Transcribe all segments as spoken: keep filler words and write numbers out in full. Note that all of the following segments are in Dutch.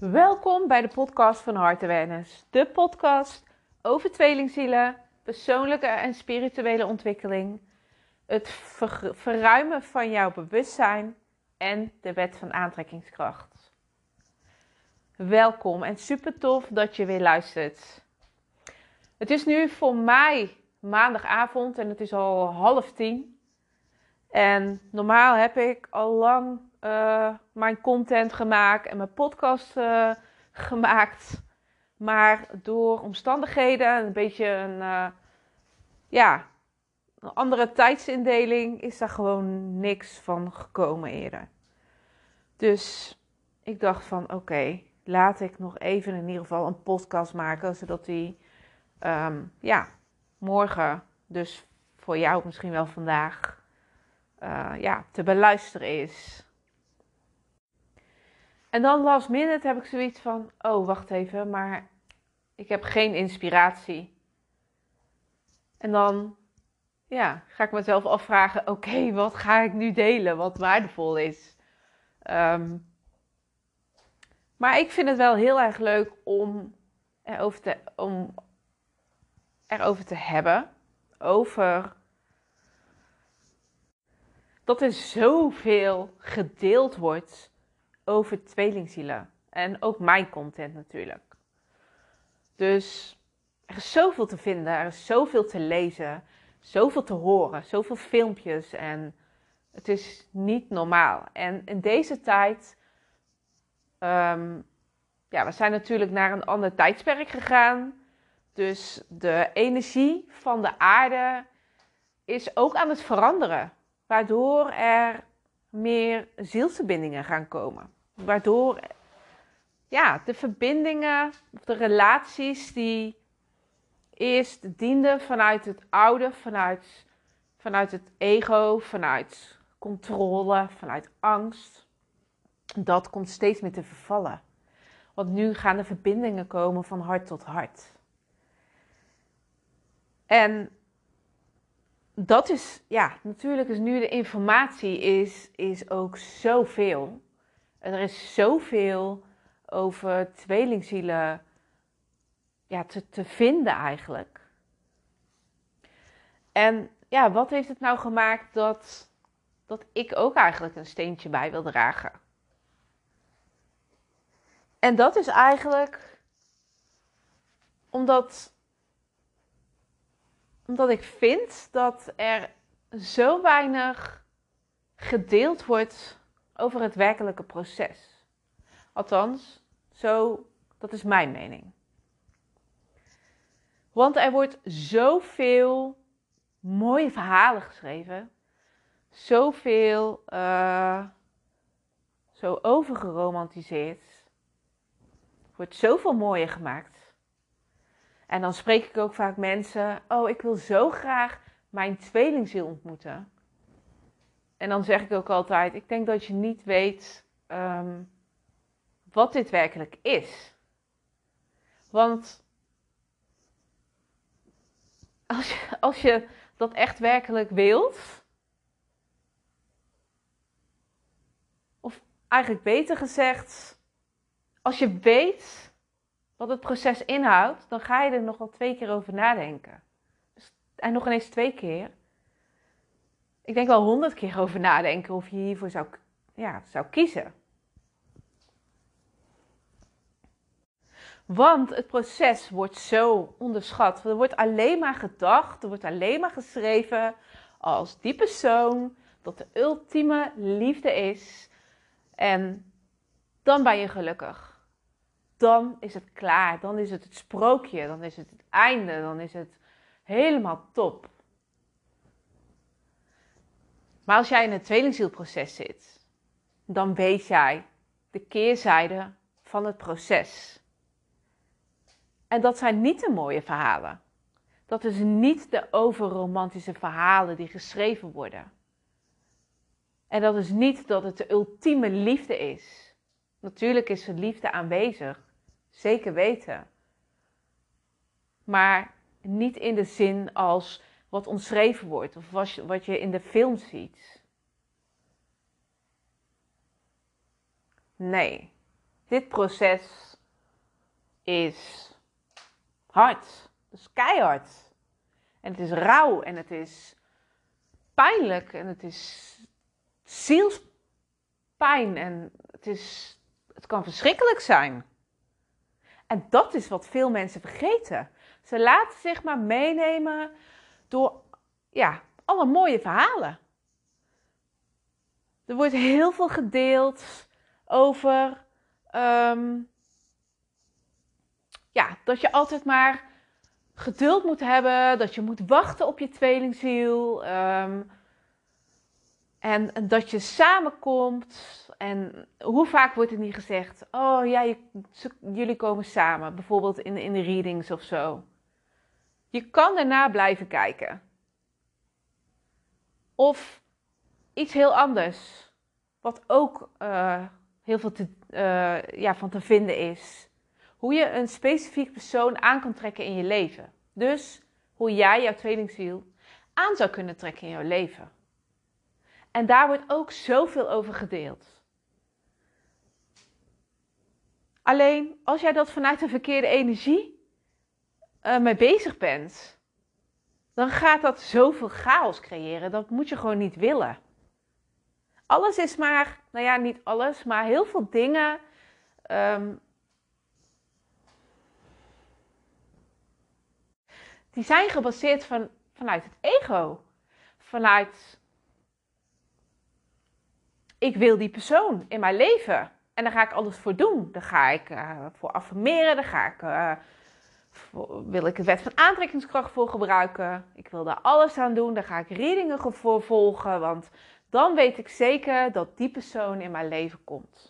Welkom bij de podcast van Heart Awareness. De podcast over tweelingzielen, persoonlijke en spirituele ontwikkeling, het ver- verruimen van jouw bewustzijn en de wet van aantrekkingskracht. Welkom en super tof dat je weer luistert. Het is nu voor mij maandagavond en het is al half tien. En normaal heb ik al lang uh, mijn content gemaakt en mijn podcast uh, gemaakt. Maar door omstandigheden, een beetje een, uh, ja, een andere tijdsindeling, is daar gewoon niks van gekomen eerder. Dus ik dacht van oké, okay, laat ik nog even in ieder geval een podcast maken. Zodat die um, ja, morgen, dus voor jou misschien wel vandaag, Uh, ja, te beluisteren is. En dan last minute heb ik zoiets van, oh wacht even, maar ik heb geen inspiratie. En dan ja, ga ik mezelf afvragen, oké, okay, wat ga ik nu delen wat waardevol is? Um, maar ik vind het wel heel erg leuk om erover te, om erover te hebben, over dat er zoveel gedeeld wordt over tweelingzielen. En ook mijn content natuurlijk. Dus er is zoveel te vinden, er is zoveel te lezen, zoveel te horen, zoveel filmpjes. En het is niet normaal. En in deze tijd, um, ja, we zijn natuurlijk naar een ander tijdsperk gegaan. Dus de energie van de aarde is ook aan het veranderen. Waardoor er meer zielsverbindingen gaan komen. Waardoor ja, de verbindingen, of de relaties die eerst dienden vanuit het oude, vanuit, vanuit het ego, vanuit controle, vanuit angst. Dat komt steeds meer te vervallen. Want nu gaan de verbindingen komen van hart tot hart. En dat is, ja, natuurlijk is nu de informatie is, is ook zoveel. Er is zoveel over tweelingzielen ja, te, te vinden eigenlijk. En ja, wat heeft het nou gemaakt dat, dat ik ook eigenlijk een steentje bij wil dragen? En dat is eigenlijk omdat, omdat ik vind dat er zo weinig gedeeld wordt over het werkelijke proces. Althans, zo, dat is mijn mening. Want er wordt zoveel mooie verhalen geschreven. Zoveel, uh, zo overgeromantiseerd. Er wordt zoveel mooier gemaakt. En dan spreek ik ook vaak mensen, oh, ik wil zo graag mijn tweelingziel ontmoeten. En dan zeg ik ook altijd, ik denk dat je niet weet um, wat dit werkelijk is. Want als je, als je dat echt werkelijk wilt, of eigenlijk beter gezegd, als je weet wat het proces inhoudt, dan ga je er nog wel twee keer over nadenken. Dus, en nog ineens twee keer. Ik denk wel honderd keer over nadenken of je hiervoor zou, ja, zou kiezen. Want het proces wordt zo onderschat. Er wordt alleen maar gedacht, er wordt alleen maar geschreven als die persoon dat de ultieme liefde is. En dan ben je gelukkig. Dan is het klaar, dan is het het sprookje, dan is het het einde, dan is het helemaal top. Maar als jij in het tweelingzielproces zit, dan weet jij de keerzijde van het proces. En dat zijn niet de mooie verhalen. Dat is niet de overromantische verhalen die geschreven worden. En dat is niet dat het de ultieme liefde is. Natuurlijk is er liefde aanwezig. Zeker weten. Maar niet in de zin als wat omschreven wordt. Of wat je in de film ziet. Nee. dit proces is hard. Het is keihard. En het is rauw en het is pijnlijk en het is zielspijn en het, is, het kan verschrikkelijk zijn. En dat is wat veel mensen vergeten. Ze laten zich maar meenemen door ja, alle mooie verhalen. Er wordt heel veel gedeeld over um, ja, dat je altijd maar geduld moet hebben, dat je moet wachten op je tweelingziel. Um, en, en dat je samenkomt. En hoe vaak wordt er niet gezegd, oh ja, je, jullie komen samen. Bijvoorbeeld in, in de readings of zo. Je kan daarna blijven kijken. Of iets heel anders. Wat ook uh, heel veel te, uh, ja, van te vinden is. Hoe je een specifiek persoon aan kan trekken in je leven. Dus hoe jij jouw tweelingziel aan zou kunnen trekken in jouw leven. En daar wordt ook zoveel over gedeeld. Alleen als jij dat vanuit een verkeerde energie uh, mee bezig bent, dan gaat dat zoveel chaos creëren. Dat moet je gewoon niet willen. Alles is maar, nou ja, niet alles, maar heel veel dingen Um, die zijn gebaseerd van, vanuit het ego. Vanuit, ik wil die persoon in mijn leven. En daar ga ik alles voor doen. Daar ga ik uh, voor affirmeren. Daar ga ik, uh, voor, wil ik de wet van aantrekkingskracht voor gebruiken. Ik wil daar alles aan doen. Daar ga ik readingen voor volgen. Want dan weet ik zeker dat die persoon in mijn leven komt.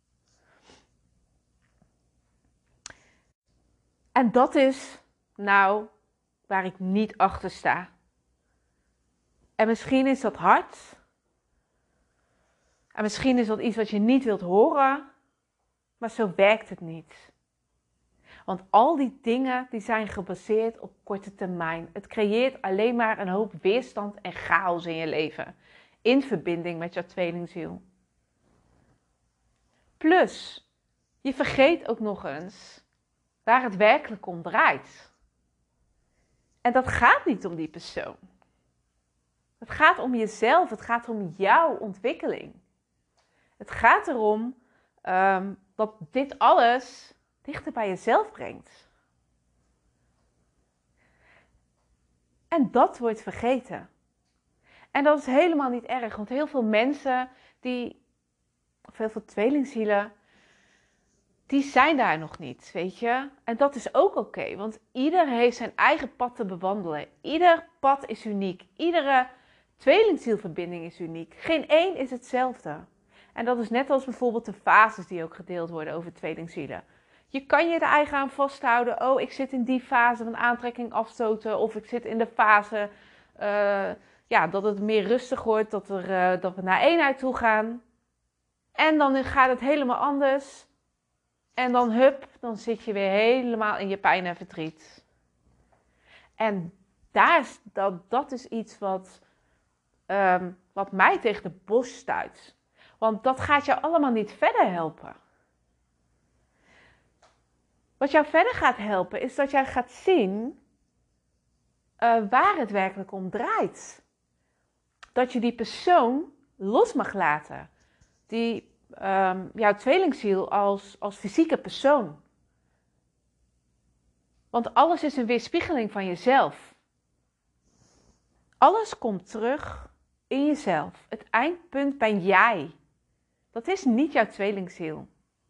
En dat is nou waar ik niet achter sta. En misschien is dat hard. En misschien is dat iets wat je niet wilt horen. Maar zo werkt het niet. Want al die dingen die zijn gebaseerd op korte termijn. Het creëert alleen maar een hoop weerstand en chaos in je leven. In verbinding met jouw tweelingziel. Plus, je vergeet ook nog eens waar het werkelijk om draait. En dat gaat niet om die persoon. Het gaat om jezelf. Het gaat om jouw ontwikkeling. Het gaat erom um, dat dit alles dichter bij jezelf brengt. En dat wordt vergeten. En dat is helemaal niet erg. Want heel veel mensen, die, of heel veel tweelingzielen, die zijn daar nog niet, weet je. En dat is ook oké, okay, want ieder heeft zijn eigen pad te bewandelen. Ieder pad is uniek. Iedere tweelingzielverbinding is uniek. Geen één is hetzelfde. En dat is net als bijvoorbeeld de fases die ook gedeeld worden over tweelingzielen. Je kan je er eigen aan vasthouden. Oh, ik zit in die fase van aantrekking afstoten. Of ik zit in de fase uh, ja, dat het meer rustig wordt. Dat, er, uh, dat we naar eenheid toe gaan. En dan gaat het helemaal anders. En dan hup, dan zit je weer helemaal in je pijn en verdriet. En daar is, dat, dat is iets wat, um, wat mij tegen de borst stuit. Want dat gaat jou allemaal niet verder helpen. Wat jou verder gaat helpen is dat jij gaat zien uh, waar het werkelijk om draait. Dat je die persoon los mag laten. Die um, jouw tweelingziel als, als fysieke persoon. Want alles is een weerspiegeling van jezelf. Alles komt terug in jezelf. Het eindpunt ben jij. Dat is niet jouw tweelingziel.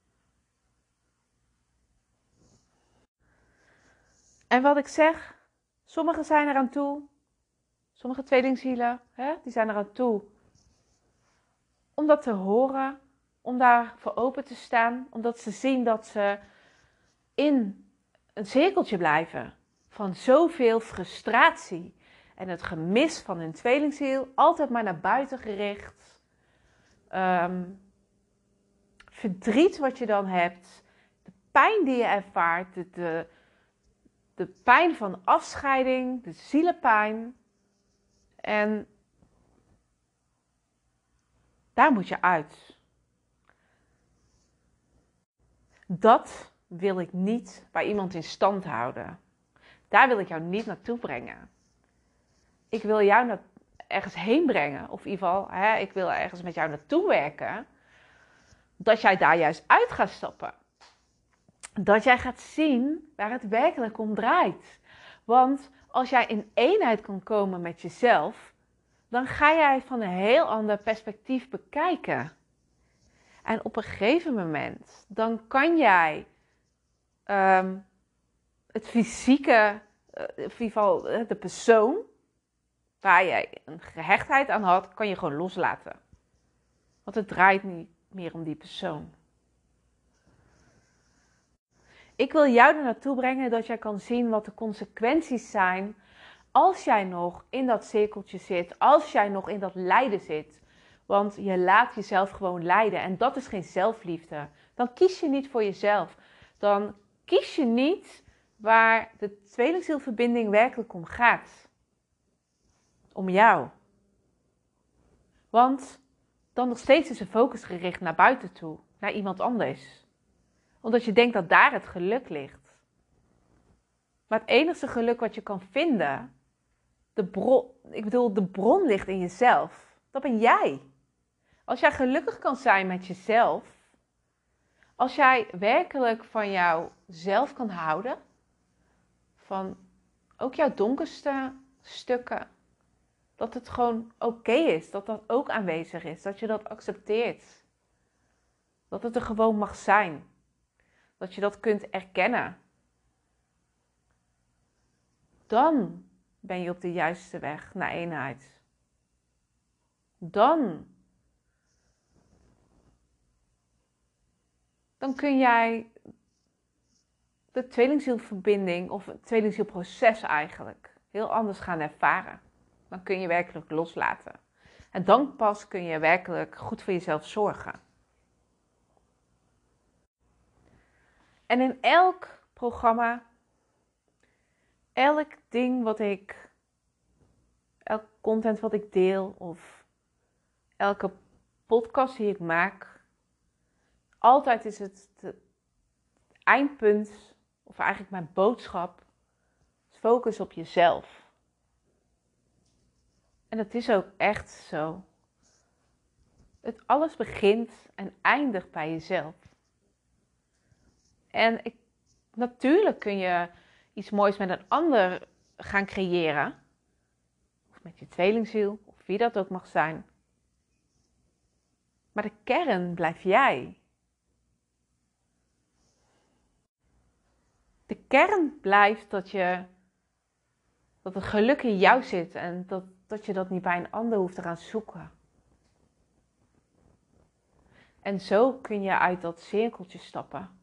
En wat ik zeg, sommigen zijn eraan toe. Sommige tweelingzielen, hè, die zijn eraan toe. Om dat te horen. Om daar voor open te staan. Omdat ze zien dat ze in een cirkeltje blijven. Van zoveel frustratie. En het gemis van hun tweelingziel. Altijd maar naar buiten gericht. Um, verdriet wat je dan hebt. De pijn die je ervaart. De, de, de pijn van afscheiding. De zielenpijn. En daar moet je uit. Dat wil ik niet bij iemand in stand houden. Daar wil ik jou niet naartoe brengen. Ik wil jou naar, ergens heen brengen. Of in ieder geval, hè, ik wil ergens met jou naartoe werken. Dat jij daar juist uit gaat stappen. Dat jij gaat zien waar het werkelijk om draait. Want als jij in eenheid kan komen met jezelf, dan ga jij van een heel ander perspectief bekijken. En op een gegeven moment, dan kan jij um, het fysieke, uh, in ieder geval de persoon waar jij een gehechtheid aan had, kan je gewoon loslaten. Want het draait niet meer om die persoon. Ik wil jou er naartoe brengen dat jij kan zien wat de consequenties zijn als jij nog in dat cirkeltje zit, als jij nog in dat lijden zit. Want je laat jezelf gewoon lijden en dat is geen zelfliefde. Dan kies je niet voor jezelf. Dan kies je niet waar de tweelingzielverbinding werkelijk om gaat. Om jou. Want dan nog steeds is de focus gericht naar buiten toe, naar iemand anders. Omdat je denkt dat daar het geluk ligt. Maar het enige geluk wat je kan vinden, de bron, ik bedoel, de bron ligt in jezelf. Dat ben jij. Als jij gelukkig kan zijn met jezelf, als jij werkelijk van jouzelf kan houden, van ook jouw donkerste stukken, dat het gewoon oké is, dat dat ook aanwezig is, dat je dat accepteert. Dat het er gewoon mag zijn. Dat je dat kunt erkennen. Dan ben je op de juiste weg naar eenheid. Dan. Dan kun jij de tweelingzielverbinding of het tweelingzielproces eigenlijk heel anders gaan ervaren. Dan kun je werkelijk loslaten. En dan pas kun je werkelijk goed voor jezelf zorgen. En in elk programma, elk ding wat ik, elk content wat ik deel of elke podcast die ik maak, altijd is het het eindpunt, of eigenlijk mijn boodschap, focus op jezelf. En dat is ook echt zo. Het alles begint en eindigt bij jezelf. En ik, natuurlijk kun je iets moois met een ander gaan creëren. Of met je tweelingziel, of wie dat ook mag zijn. Maar de kern blijf jij. De kern blijft dat, je, dat het geluk in jou zit en dat, dat je dat niet bij een ander hoeft te gaan zoeken. En zo kun je uit dat cirkeltje stappen.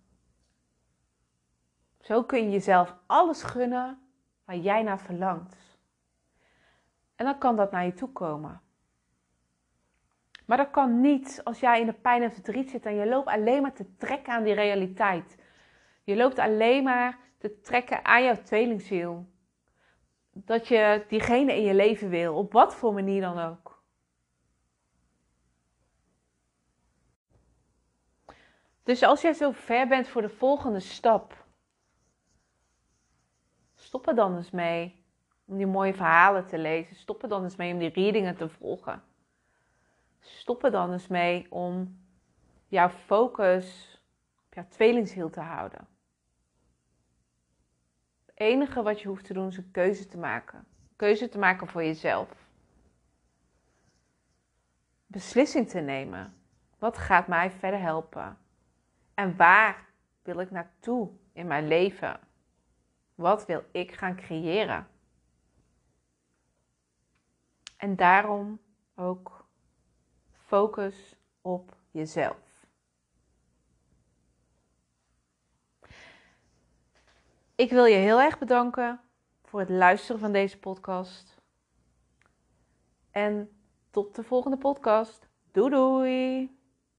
Zo kun je jezelf alles gunnen waar jij naar verlangt. En dan kan dat naar je toe komen. Maar dat kan niet als jij in de pijn en verdriet zit en je loopt alleen maar te trekken aan die realiteit. Je loopt alleen maar te trekken aan jouw tweelingziel. Dat je diegene in je leven wil, op wat voor manier dan ook. Dus als jij zo ver bent voor de volgende stap, stop er dan eens mee om die mooie verhalen te lezen. Stop er dan eens mee om die readingen te volgen. Stop er dan eens mee om jouw focus op jouw tweelingziel te houden. Het enige wat je hoeft te doen is een keuze te maken. Een keuze te maken voor jezelf. Beslissing te nemen. Wat gaat mij verder helpen? En waar wil ik naartoe in mijn leven? Wat wil ik gaan creëren? En daarom ook focus op jezelf. Ik wil je heel erg bedanken voor het luisteren van deze podcast. En tot de volgende podcast. Doei doei!